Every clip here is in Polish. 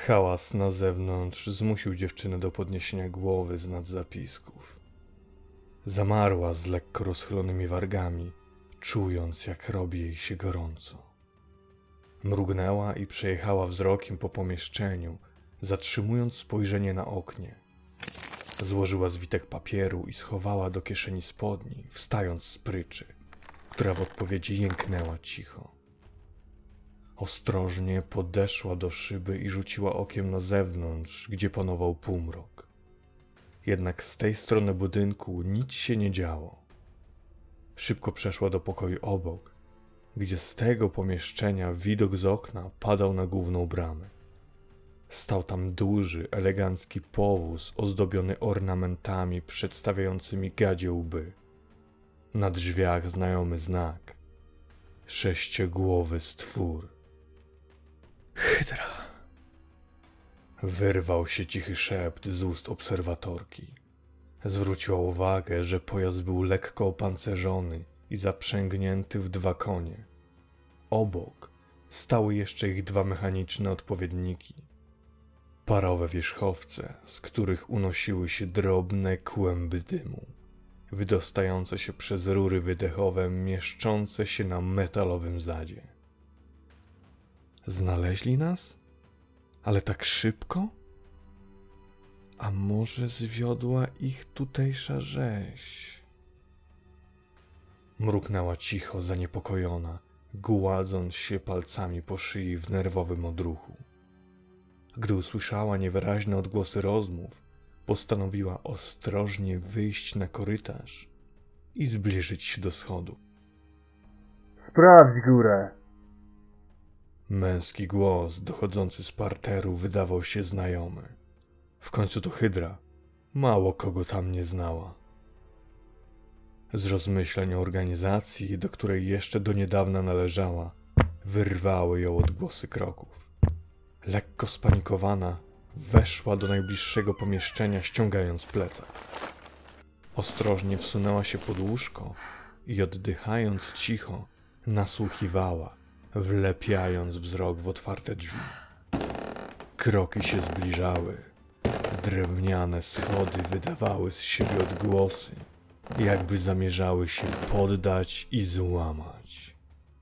Hałas na zewnątrz zmusił dziewczynę do podniesienia głowy z nad zapisków. Zamarła z lekko rozchylonymi wargami, czując, jak robi jej się gorąco. Mrugnęła i przejechała wzrokiem po pomieszczeniu, zatrzymując spojrzenie na oknie. Złożyła zwitek papieru i schowała do kieszeni spodni, wstając z pryczy, która w odpowiedzi jęknęła cicho. Ostrożnie podeszła do szyby i rzuciła okiem na zewnątrz, gdzie panował półmrok. Jednak z tej strony budynku nic się nie działo. Szybko przeszła do pokoju obok, gdzie z tego pomieszczenia widok z okna padał na główną bramę. Stał tam duży, elegancki powóz ozdobiony ornamentami przedstawiającymi gadzie łby. Na drzwiach znajomy znak. Sześciogłowy stwór. Hydra! Wyrwał się cichy szept z ust obserwatorki. Zwróciła uwagę, że pojazd był lekko opancerzony i zaprzęgnięty w 2 konie. Obok stały jeszcze ich 2 mechaniczne odpowiedniki. Parowe wierzchowce, z których unosiły się drobne kłęby dymu, wydostające się przez rury wydechowe mieszczące się na metalowym zadzie. Znaleźli nas? Ale tak szybko? A może zwiodła ich tutejsza rzeź? Mruknęła cicho, zaniepokojona, gładząc się palcami po szyi w nerwowym odruchu. Gdy usłyszała niewyraźne odgłosy rozmów, postanowiła ostrożnie wyjść na korytarz i zbliżyć się do schodu. Sprawdź górę! Męski głos dochodzący z parteru wydawał się znajomy. W końcu to Hydra. Mało kogo tam nie znała. Z rozmyśleń o organizacji, do której jeszcze do niedawna należała, wyrwały ją odgłosy kroków. Lekko spanikowana, weszła do najbliższego pomieszczenia, ściągając plecak. Ostrożnie wsunęła się pod łóżko i oddychając cicho, nasłuchiwała, wlepiając wzrok w otwarte drzwi. Kroki się zbliżały. Drewniane schody wydawały z siebie odgłosy, jakby zamierzały się poddać i złamać.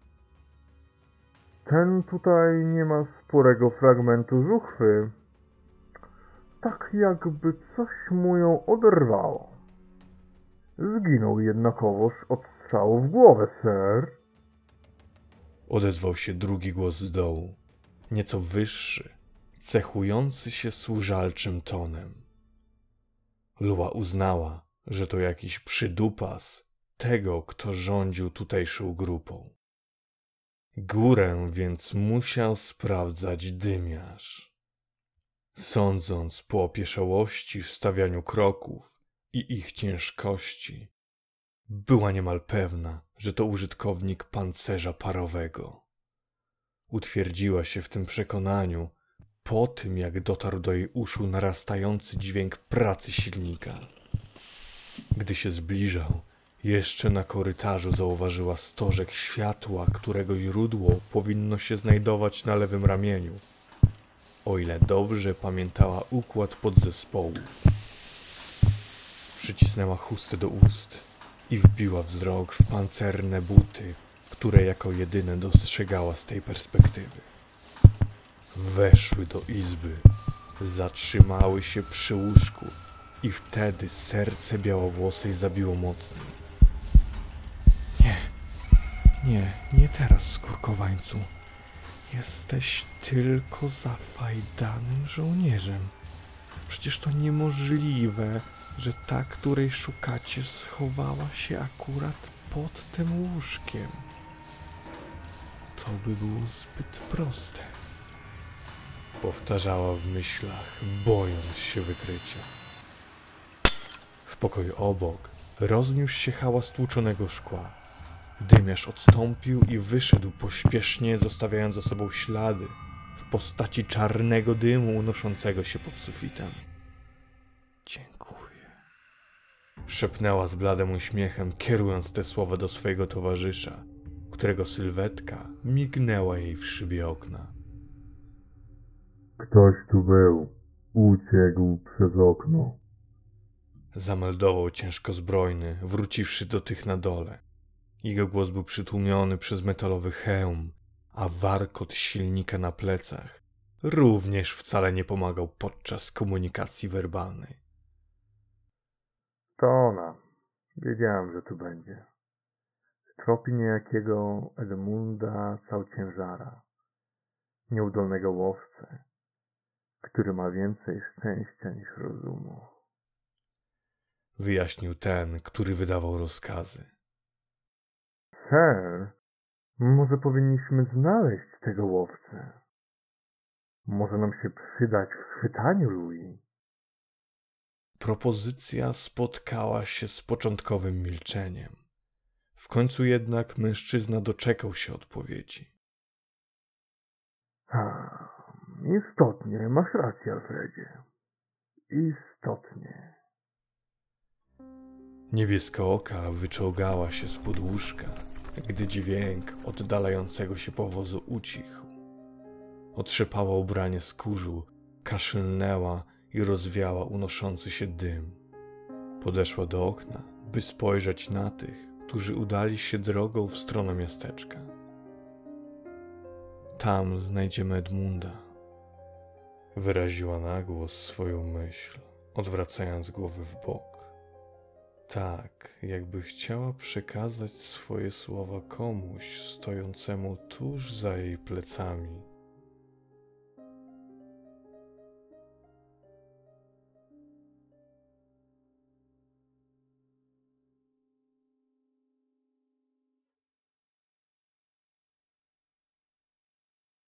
Ten tutaj nie ma sporego fragmentu żuchwy. Tak jakby coś mu ją oderwało. Zginął jednakowoż od strzału w głowę, sir. Odezwał się drugi głos z dołu, nieco wyższy, cechujący się służalczym tonem. Lua uznała, że to jakiś przydupas tego, kto rządził tutejszą grupą. Górę więc musiał sprawdzać dymiarz. Sądząc po opieszałości w stawianiu kroków i ich ciężkości, była niemal pewna, że to użytkownik pancerza parowego. Utwierdziła się w tym przekonaniu po tym, jak dotarł do jej uszu narastający dźwięk pracy silnika. Gdy się zbliżał, jeszcze na korytarzu zauważyła stożek światła, którego źródło powinno się znajdować na lewym ramieniu, o ile dobrze pamiętała układ podzespołu. Przycisnęła chustę do ust i wbiła wzrok w pancerne buty, które jako jedyne dostrzegała z tej perspektywy. Weszły do izby, zatrzymały się przy łóżku i wtedy serce białowłosej zabiło mocniej. Nie teraz, skórkowańcu. Jesteś tylko zafajdanym żołnierzem. Przecież to niemożliwe, że ta, której szukacie, schowała się akurat pod tym łóżkiem. To by było zbyt proste. Powtarzała w myślach, bojąc się wykrycia. W pokoju obok rozniósł się hałas tłuczonego szkła. Dymiarz odstąpił i wyszedł pośpiesznie, zostawiając za sobą ślady w postaci czarnego dymu unoszącego się pod sufitem. Dziękuję. Szepnęła z bladym uśmiechem, kierując te słowa do swojego towarzysza, którego sylwetka mignęła jej w szybie okna. Ktoś tu był. Uciekł przez okno. Zameldował ciężkozbrojny, wróciwszy do tych na dole. Jego głos był przytłumiony przez metalowy hełm, a warkot silnika na plecach również wcale nie pomagał podczas komunikacji werbalnej. To ona. Wiedziałem, że tu będzie. Tropi niejakiego Edmunda Całciężara, nieudolnego łowcę, który ma więcej szczęścia niż rozumu. Wyjaśnił ten, który wydawał rozkazy. Sir, może powinniśmy znaleźć tego łowcę. Może nam się przydać w schwytaniu Louis. Propozycja spotkała się z początkowym milczeniem. W końcu jednak mężczyzna doczekał się odpowiedzi. Istotnie, masz rację, Alfredzie. Istotnie. Niebieskooka wyczołgała się spod łóżka, gdy dźwięk oddalającego się powozu ucichł. Otrzepała ubranie z kurzu, kaszlnęła i rozwiała unoszący się dym. Podeszła do okna, by spojrzeć na tych, którzy udali się drogą w stronę miasteczka. Tam znajdziemy Edmunda. Wyraziła na głos swoją myśl, odwracając głowę w bok. Tak, jakby chciała przekazać swoje słowa komuś stojącemu tuż za jej plecami.